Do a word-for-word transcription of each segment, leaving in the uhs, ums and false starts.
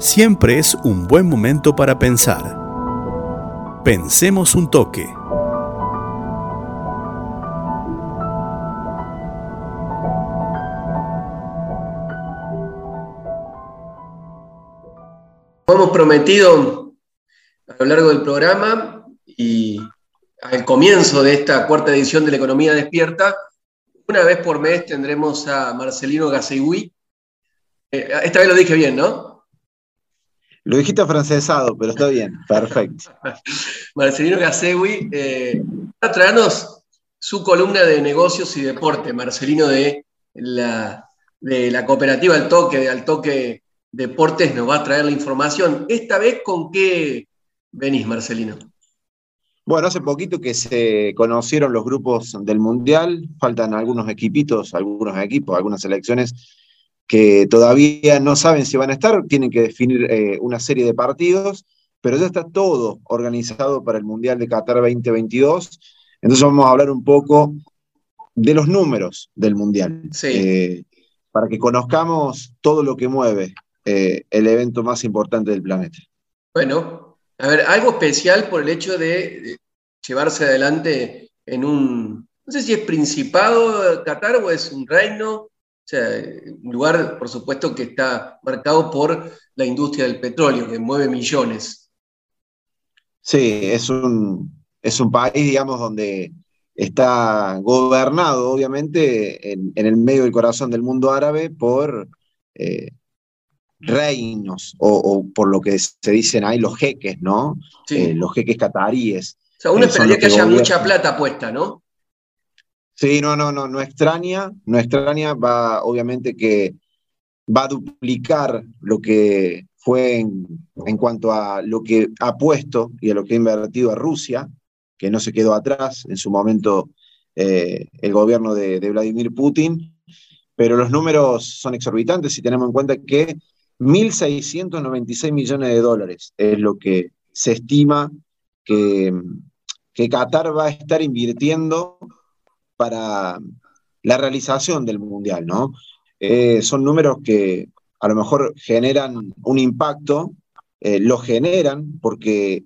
siempre es un buen momento para pensar. Pensemos un toque. Como hemos prometido a lo largo del programa y al comienzo de esta cuarta edición de La Economía Despierta, una vez por mes tendremos a Marcelino Gacehui. Eh, esta vez lo dije bien, ¿no? Lo dijiste afrancesado, pero está bien, perfecto. Marcelino Gacehui, eh, va a traernos su columna de negocios y deporte. Marcelino de la, de la cooperativa Al Toque, de Al Toque Deportes, nos va a traer la información. Esta vez, ¿con qué venís, Marcelino? Bueno, hace poquito que se conocieron los grupos del Mundial, faltan algunos equipitos, algunos equipos, algunas selecciones que todavía no saben si van a estar, tienen que definir eh, una serie de partidos, pero ya está todo organizado para el Mundial de Qatar veinte veintidós, entonces vamos a hablar un poco de los números del Mundial, Sí. eh, para que conozcamos todo lo que mueve eh, el evento más importante del planeta. Bueno, a ver, algo especial por el hecho de, de llevarse adelante en un, no sé si es principado Qatar o es un reino, o sea, un lugar, por supuesto, que está marcado por la industria del petróleo, que mueve millones. Sí, es un, es un país, digamos, donde está gobernado, obviamente, en, en el medio del corazón del mundo árabe por eh, reinos, o, o por lo que se dicen ahí los jeques, ¿no? Sí. Eh, los jeques cataríes. O sea, uno eh, esperaría que, que haya gobiernan. mucha plata puesta, ¿no? Sí, no, no, no, no extraña, no extraña, va, obviamente que va a duplicar lo que fue en, en cuanto a lo que ha puesto y a lo que ha invertido a Rusia, que no se quedó atrás en su momento eh, el gobierno de, de Vladimir Putin, pero los números son exorbitantes si tenemos en cuenta que mil seiscientos noventa y seis millones de dólares es lo que se estima que, que Qatar va a estar invirtiendo para la realización del Mundial, ¿no? Eh, son números que a lo mejor generan un impacto, eh, lo generan porque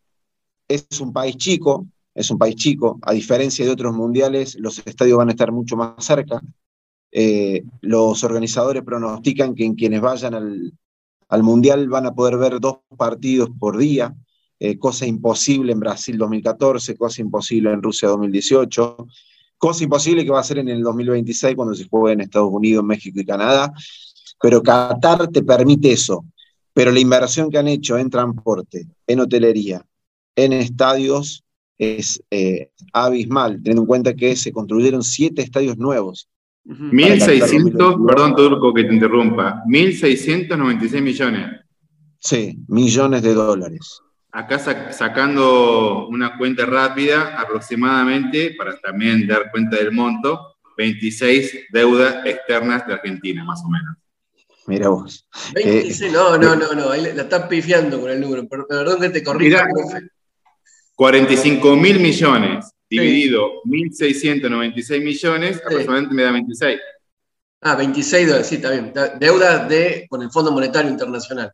es un país chico, es un país chico, a diferencia de otros mundiales, los estadios van a estar mucho más cerca. Eh, los organizadores pronostican que en quienes vayan al, al Mundial van a poder ver dos partidos por día, eh, cosa imposible en Brasil dos mil catorce, cosa imposible en Rusia dos mil dieciocho, cosa imposible que va a ser en el dos mil veintiséis cuando se juegue en Estados Unidos, México y Canadá, pero Qatar te permite eso, pero la inversión que han hecho en transporte, en hotelería, en estadios es eh, abismal, teniendo en cuenta que se construyeron siete estadios nuevos. mil seiscientos, perdón Turco que te interrumpa, mil seiscientos noventa y seis millones. Sí, millones de dólares. Acá sac sacando una cuenta rápida, aproximadamente, para también dar cuenta del monto, veintiséis deudas externas de Argentina, más o menos. Mira vos. veintiséis, no, no, no, no, ahí la estás pifiando con el número, perdón que te corrija, profe. cuarenta y cinco mil millones dividido sí. mil seiscientos noventa y seis millones, sí. Aproximadamente me da veintiséis. Ah, veintiséis dólares, sí, está bien. Deuda de, con el Fondo Monetario Internacional.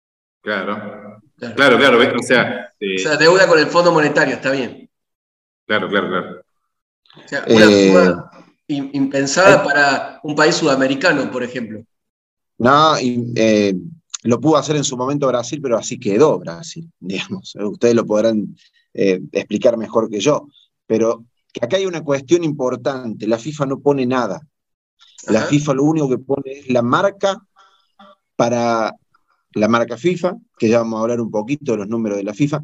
Claro. Claro, claro, claro, o sea... Eh, o sea, deuda con el Fondo Monetario, está bien. Claro, claro, claro. O sea, una eh, suma impensada eh, para un país sudamericano, por ejemplo. No, y, eh, lo pudo hacer en su momento Brasil, pero así quedó Brasil, digamos. Ustedes lo podrán eh, explicar mejor que yo. Pero que acá hay una cuestión importante. La FIFA no pone nada. La Ajá. FIFA lo único que pone es la marca para la marca FIFA, que ya vamos a hablar un poquito de los números de la FIFA,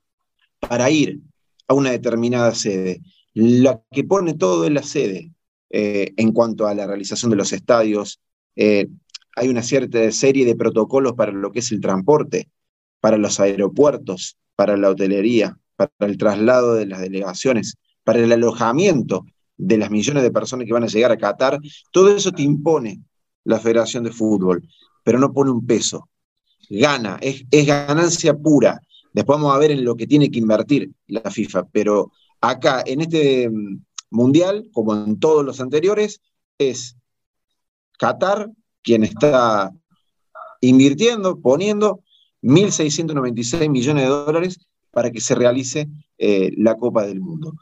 para ir a una determinada sede. La que pone todo es la sede, eh, en cuanto a la realización de los estadios. Eh, hay una cierta serie de protocolos para lo que es el transporte, para los aeropuertos, para la hotelería, para el traslado de las delegaciones, para el alojamiento de las millones de personas que van a llegar a Qatar. Todo eso te impone la Federación de Fútbol, pero no pone un peso. Gana, es, es ganancia pura. Después vamos a ver en lo que tiene que invertir la FIFA, pero acá en este mundial, como en todos los anteriores, es Qatar quien está invirtiendo, poniendo mil seiscientos noventa y seis millones de dólares para que se realice eh, la Copa del Mundo.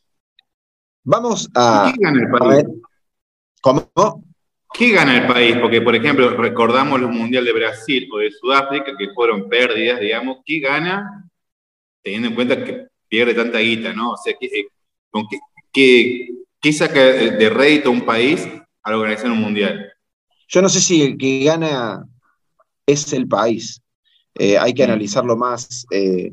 Vamos a... ¿Y qué gana el a país? ver, ¿cómo? ¿Qué gana el país? Porque, por ejemplo, recordamos los mundiales de Brasil o de Sudáfrica, que fueron pérdidas, digamos. ¿Qué gana teniendo en cuenta que pierde tanta guita, ¿no? O sea, ¿qué, con qué, qué, qué saca de rédito un país al organizar un mundial? Yo no sé si el que gana es el país. Eh, hay que Mm. analizarlo más eh,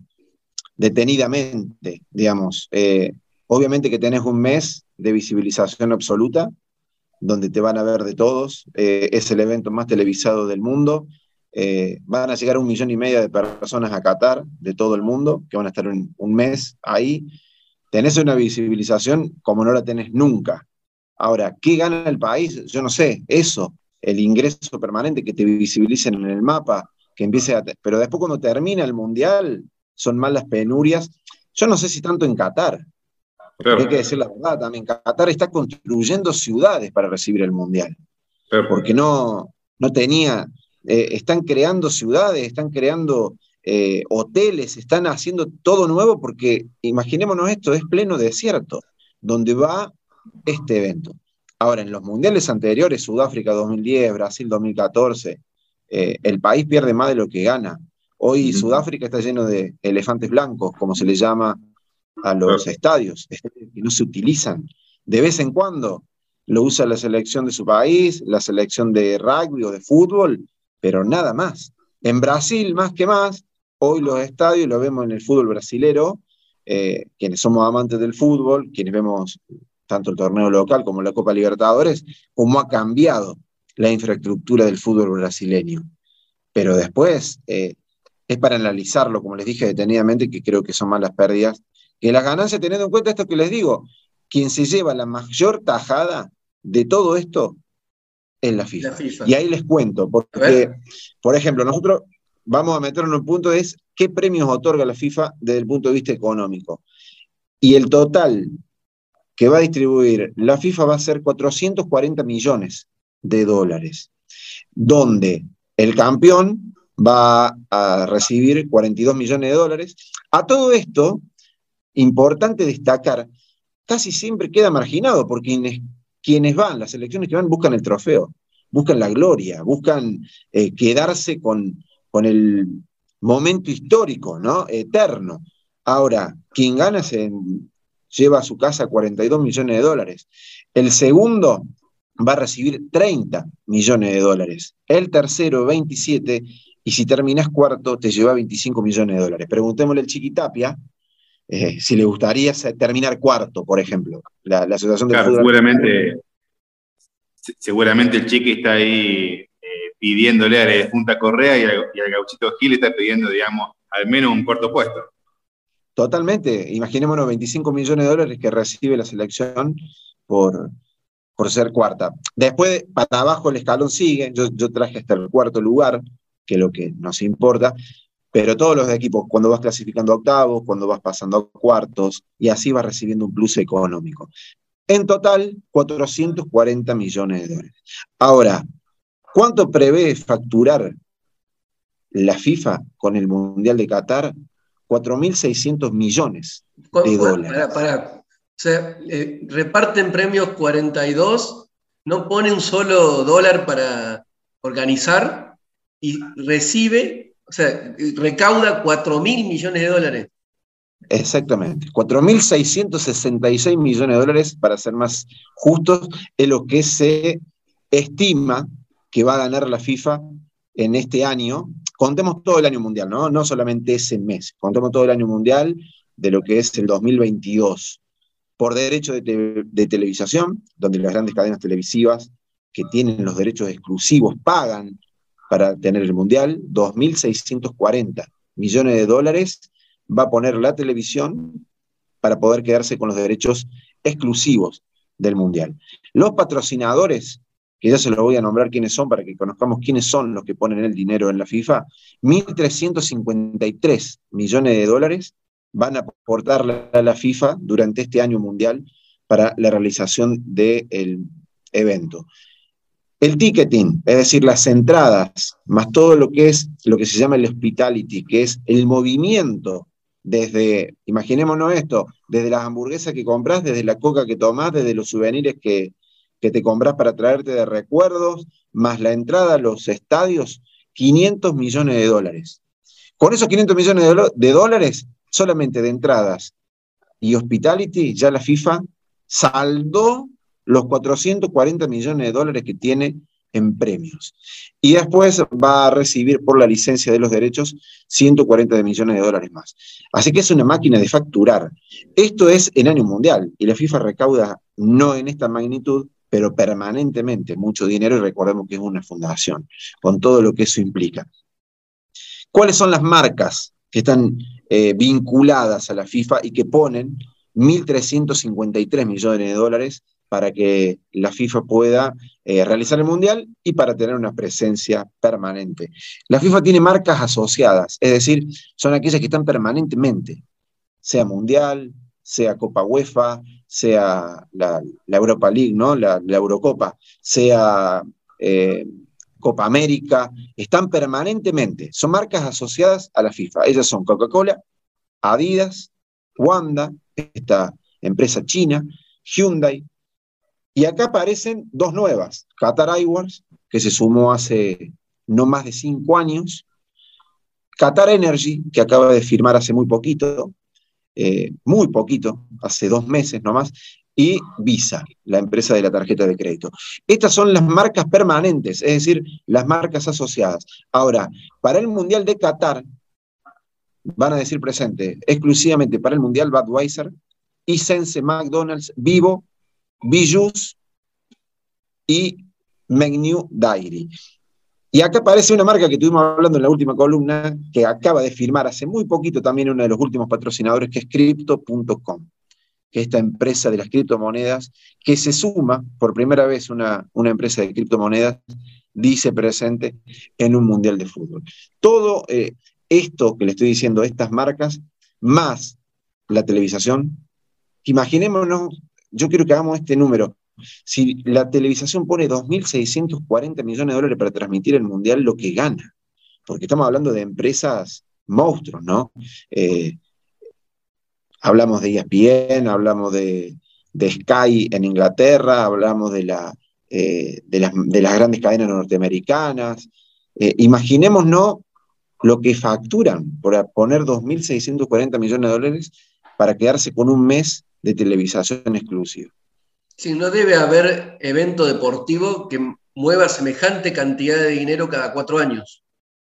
detenidamente, digamos. Eh, obviamente que tenés un mes de visibilización absoluta, donde te van a ver de todos, eh, es el evento más televisado del mundo, eh, van a llegar un millón y medio de personas a Qatar, de todo el mundo, que van a estar un, un mes ahí. Tenés una visibilización como no la tenés nunca. Ahora, ¿qué gana el país? Yo no sé, eso, el ingreso permanente, que te visibilicen en el mapa, que empiece a... Pero después cuando termina el Mundial, son más las penurias. Yo no sé si tanto en Qatar, porque Claro. hay que decir la verdad también, Qatar está construyendo ciudades para recibir el Mundial, Claro. porque no, no tenía, eh, están creando ciudades, están creando eh, hoteles, están haciendo todo nuevo, porque imaginémonos esto, es pleno desierto, donde va este evento. Ahora, en los mundiales anteriores, Sudáfrica dos mil diez, Brasil dos mil catorce, eh, el país pierde más de lo que gana. Hoy Ujú. Sudáfrica está lleno de elefantes blancos, como se le llama a los Claro. estadios, estadios que no se utilizan. De vez en cuando lo usa la selección de su país, la selección de rugby o de fútbol, pero nada más. En Brasil, más que más, hoy los estadios lo vemos en el fútbol brasilero, eh, quienes somos amantes del fútbol, quienes vemos tanto el torneo local como la Copa Libertadores, cómo ha cambiado la infraestructura del fútbol brasileño. Pero después eh, es para analizarlo, como les dije detenidamente, que creo que son más las pérdidas que las ganancias, teniendo en cuenta esto que les digo, quien se lleva la mayor tajada de todo esto es la FIFA. La FIFA. Y ahí les cuento, A porque, ver. por ejemplo, nosotros vamos a meternos en un punto, es qué premios otorga la FIFA desde el punto de vista económico. Y el total que va a distribuir la FIFA va a ser cuatrocientos cuarenta millones de dólares, donde el campeón va a recibir cuarenta y dos millones de dólares. A todo esto, importante destacar, casi siempre queda marginado, porque quienes, quienes van, las selecciones que van, buscan el trofeo, buscan la gloria, buscan eh, quedarse con, con el momento histórico, ¿no? Eterno. Ahora, quien gana se lleva a su casa cuarenta y dos millones de dólares. El segundo va a recibir treinta millones de dólares. El tercero, veintisiete, y si terminás cuarto, te lleva veinticinco millones de dólares. Preguntémosle al Chiquitapia, Eh, si le gustaría terminar cuarto, por ejemplo, la, la Asociación del Claro, Fútbol. seguramente, seguramente el Chiqui está ahí eh, pidiéndole a la Junta Correa y al, y al Gauchito Gil está pidiendo, digamos, al menos un cuarto puesto. Totalmente. Imaginémonos veinticinco millones de dólares que recibe la selección por, por ser cuarta. Después, para abajo el escalón sigue. Yo, yo traje hasta el cuarto lugar, que es lo que nos importa. Pero todos los equipos, cuando vas clasificando a octavos, cuando vas pasando a cuartos, y así vas recibiendo un plus económico. En total, cuatrocientos cuarenta millones de dólares. Ahora, ¿cuánto prevé facturar la FIFA con el Mundial de Qatar? cuatro mil seiscientos millones de dólares. Para, para. O sea, eh, reparten premios cuarenta y dos, no pone un solo dólar para organizar y recibe, o sea, recauda cuatro mil millones de dólares. Exactamente, cuatro mil seiscientos sesenta y seis millones de dólares, para ser más justos, es lo que se estima que va a ganar la FIFA en este año. Contemos todo el año mundial, ¿no? No solamente ese mes, contemos todo el año mundial de lo que es el dos mil veintidós, por derecho de, te de televisación, donde las grandes cadenas televisivas que tienen los derechos exclusivos pagan para tener el mundial, dos mil seiscientos cuarenta millones de dólares va a poner la televisión para poder quedarse con los derechos exclusivos del mundial. Los patrocinadores, que ya se los voy a nombrar quiénes son para que conozcamos quiénes son los que ponen el dinero en la FIFA, mil trescientos cincuenta y tres millones de dólares van a aportarle a la FIFA durante este año mundial para la realización del evento. El ticketing, es decir, las entradas, más todo lo que es lo que se llama el hospitality, que es el movimiento desde, imaginémonos esto, desde las hamburguesas que compras, desde la coca que tomás, desde los souvenirs que, que te compras para traerte de recuerdos, más la entrada a los estadios, quinientos millones de dólares. Con esos quinientos millones de, de dólares, solamente de entradas y hospitality, ya la FIFA saldó los cuatrocientos cuarenta millones de dólares que tiene en premios. Y después va a recibir por la licencia de los derechos ciento cuarenta millones de dólares más. Así que es una máquina de facturar. Esto es en año mundial, y la FIFA recauda no en esta magnitud, pero permanentemente mucho dinero, y recordemos que es una fundación, con todo lo que eso implica. ¿Cuáles son las marcas que están eh, vinculadas a la FIFA y que ponen mil trescientos cincuenta y tres millones de dólares para que la FIFA pueda eh, realizar el Mundial y para tener una presencia permanente? La FIFA tiene marcas asociadas, es decir, son aquellas que están permanentemente, sea Mundial, sea Copa UEFA, sea la, la Europa League, ¿no? la, la Eurocopa, sea eh, Copa América, están permanentemente, son marcas asociadas a la FIFA. Ellas son Coca-Cola, Adidas, Wanda, esta empresa china, Hyundai, y acá aparecen dos nuevas, Qatar Airways, que se sumó hace no más de cinco años, Qatar Energy, que acaba de firmar hace muy poquito, eh, muy poquito, hace dos meses nomás, y Visa, la empresa de la tarjeta de crédito. Estas son las marcas permanentes, es decir, las marcas asociadas. Ahora, para el Mundial de Qatar, van a decir presente, exclusivamente para el Mundial Budweiser, Hisense, McDonald's, Vivo, Bijus y Mengniu Dairy. Y acá aparece una marca que estuvimos hablando en la última columna, que acaba de firmar hace muy poquito también uno de los últimos patrocinadores, que es Crypto punto com, que es esta empresa de las criptomonedas, que se suma por primera vez una, una empresa de criptomonedas, dice presente en un Mundial de Fútbol. Todo eh, esto que le estoy diciendo, estas marcas, más la televisación, imaginémonos. Yo quiero que hagamos este número. Si la televisación pone dos mil seiscientos cuarenta millones de dólares para transmitir el Mundial, lo que gana, porque estamos hablando de empresas monstruos, ¿no? Eh, hablamos de E S P N, hablamos de, de Sky en Inglaterra, hablamos de, la, eh, de, las, de las grandes cadenas norteamericanas. Eh, imaginémonos lo que facturan por poner dos mil seiscientos cuarenta millones de dólares para quedarse con un mes de televisación exclusiva. Sí, no debe haber evento deportivo que mueva semejante cantidad de dinero cada cuatro años.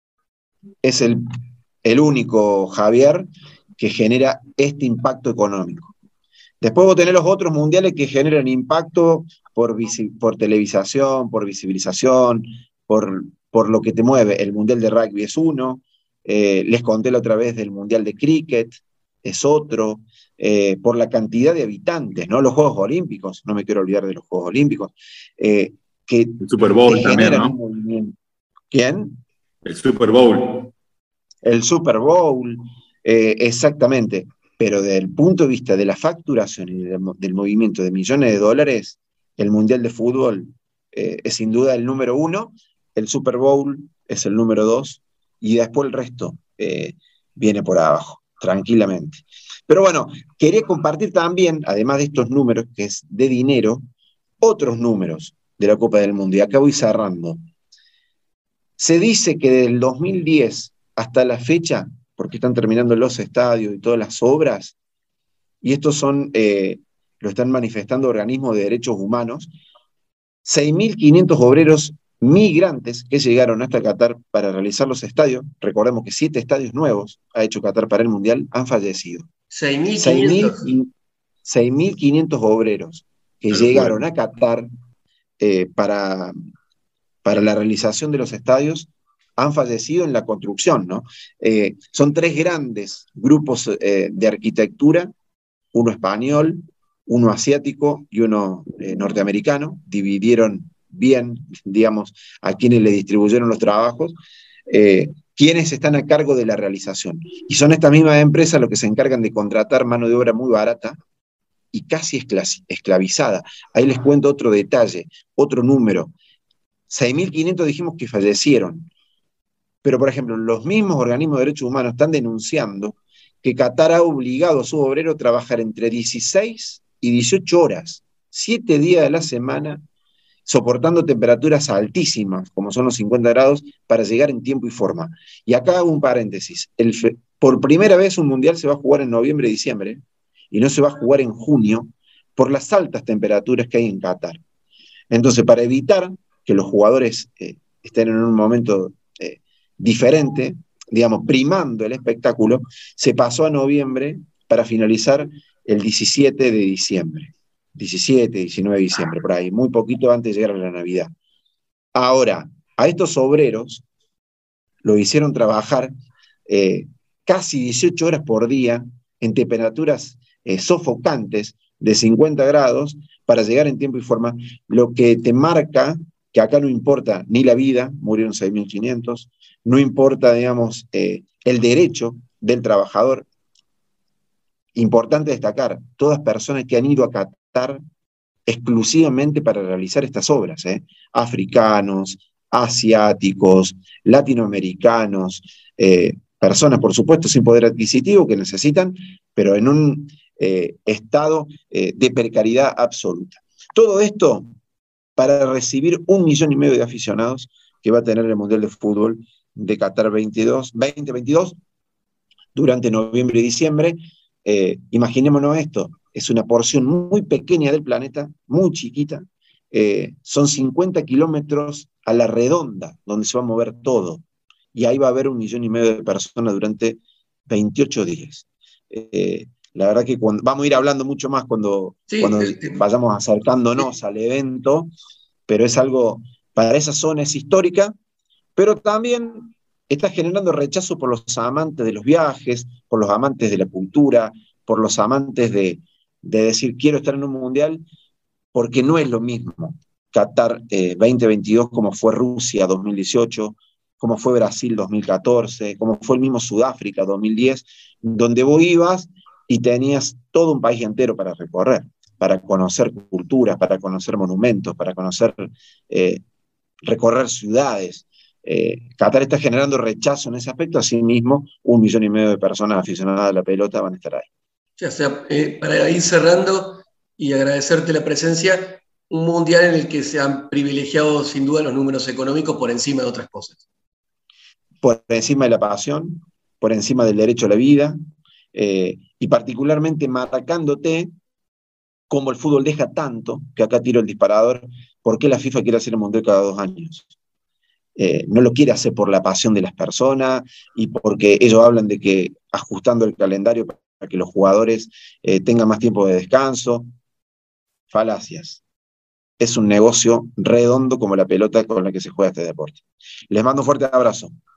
Es el, el único, Javier, que genera este impacto económico. Después vos tenés los otros mundiales que generan impacto por, por televisación, por visibilización, por, por lo que te mueve. El Mundial de Rugby es uno, eh, les conté la otra vez del Mundial de Cricket, es otro. Eh, por la cantidad de habitantes, ¿no? Los Juegos Olímpicos, no me quiero olvidar de los Juegos Olímpicos, eh, que el Super Bowl también, ¿no? Un movimiento. ¿Quién? El Super Bowl. El Super Bowl, eh, exactamente, pero desde el punto de vista de la facturación y del, del movimiento de millones de dólares, el Mundial de Fútbol eh, es sin duda el número uno, el Super Bowl es el número dos, y después el resto eh, viene por abajo, tranquilamente. Pero bueno, quería compartir también, además de estos números, que es de dinero, otros números de la Copa del Mundo. Y acá voy cerrando. Se dice que del dos mil diez hasta la fecha, porque están terminando los estadios y todas las obras, y estos son, eh, lo están manifestando organismos de derechos humanos, seis mil quinientos obreros migrantes que llegaron hasta Qatar para realizar los estadios, recordemos que siete estadios nuevos ha hecho Qatar para el Mundial, han fallecido. seis mil quinientos obreros que Pero llegaron bueno. a Qatar eh, para, para la realización de los estadios han fallecido en la construcción, ¿no? Eh, son tres grandes grupos eh, de arquitectura, uno español, uno asiático y uno eh, norteamericano, dividieron bien, digamos, a quienes le distribuyeron los trabajos, eh, quienes están a cargo de la realización. Y son estas mismas empresas los que se encargan de contratar mano de obra muy barata y casi esclavizada. Ahí les cuento otro detalle, otro número. seis mil quinientos dijimos que fallecieron. Pero, por ejemplo, los mismos organismos de derechos humanos están denunciando que Qatar ha obligado a su obrero a trabajar entre dieciséis y dieciocho horas, siete días de la semana, soportando temperaturas altísimas, como son los cincuenta grados, para llegar en tiempo y forma. Y acá hago un paréntesis. El, por primera vez un mundial se va a jugar en noviembre y diciembre, y no se va a jugar en junio, por las altas temperaturas que hay en Qatar. Entonces, para evitar que los jugadores eh, estén en un momento eh, diferente, digamos, primando el espectáculo, se pasó a noviembre para finalizar el diecisiete de diciembre. diecisiete, diecinueve de diciembre, por ahí, muy poquito antes de llegar a la Navidad. Ahora, a estos obreros lo hicieron trabajar eh, casi dieciocho horas por día en temperaturas eh, sofocantes de cincuenta grados para llegar en tiempo y forma, lo que te marca que acá no importa ni la vida, murieron seis mil quinientos, no importa, digamos, eh, el derecho del trabajador. Importante destacar, todas personas que han ido a Qatar exclusivamente para realizar estas obras, ¿eh? Africanos, asiáticos, latinoamericanos, eh, personas, por supuesto, sin poder adquisitivo que necesitan, pero en un eh, estado eh, de precariedad absoluta. Todo esto para recibir un millón y medio de aficionados que va a tener el Mundial de Fútbol de Qatar veintidós, veinte veintidós durante noviembre y diciembre. Eh, imaginémonos esto, es una porción muy pequeña del planeta, muy chiquita, eh, son cincuenta kilómetros a la redonda donde se va a mover todo, y ahí va a haber un millón y medio de personas durante veintiocho días. Eh, la verdad que cuando, vamos a ir hablando mucho más cuando, sí, cuando eh, vayamos acercándonos sí. al evento, pero es algo, para esa zona es histórica, pero también está generando rechazo por los amantes de los viajes, por los amantes de la cultura, por los amantes de, de decir quiero estar en un mundial, porque no es lo mismo Qatar eh, veinte veintidós como fue Rusia dos mil dieciocho, como fue Brasil dos mil catorce, como fue el mismo Sudáfrica dos mil diez, donde vos ibas y tenías todo un país entero para recorrer, para conocer culturas, para conocer monumentos, para conocer, eh, recorrer ciudades. Eh, Qatar está generando rechazo en ese aspecto, así mismo un millón y medio de personas aficionadas a la pelota van a estar ahí. Ya sea, eh, para ir cerrando y agradecerte la presencia, un mundial en el que se han privilegiado sin duda los números económicos por encima de otras cosas. Por encima de la pasión, por encima del derecho a la vida, eh, y particularmente marcándote como el fútbol deja tanto, que acá tiro el disparador, ¿por qué la FIFA quiere hacer el mundial cada dos años? Eh, no lo quiere hacer por la pasión de las personas y porque ellos hablan de que ajustando el calendario para que los jugadores eh, tengan más tiempo de descanso. Falacias. Es un negocio redondo como la pelota con la que se juega este deporte. Les mando un fuerte abrazo.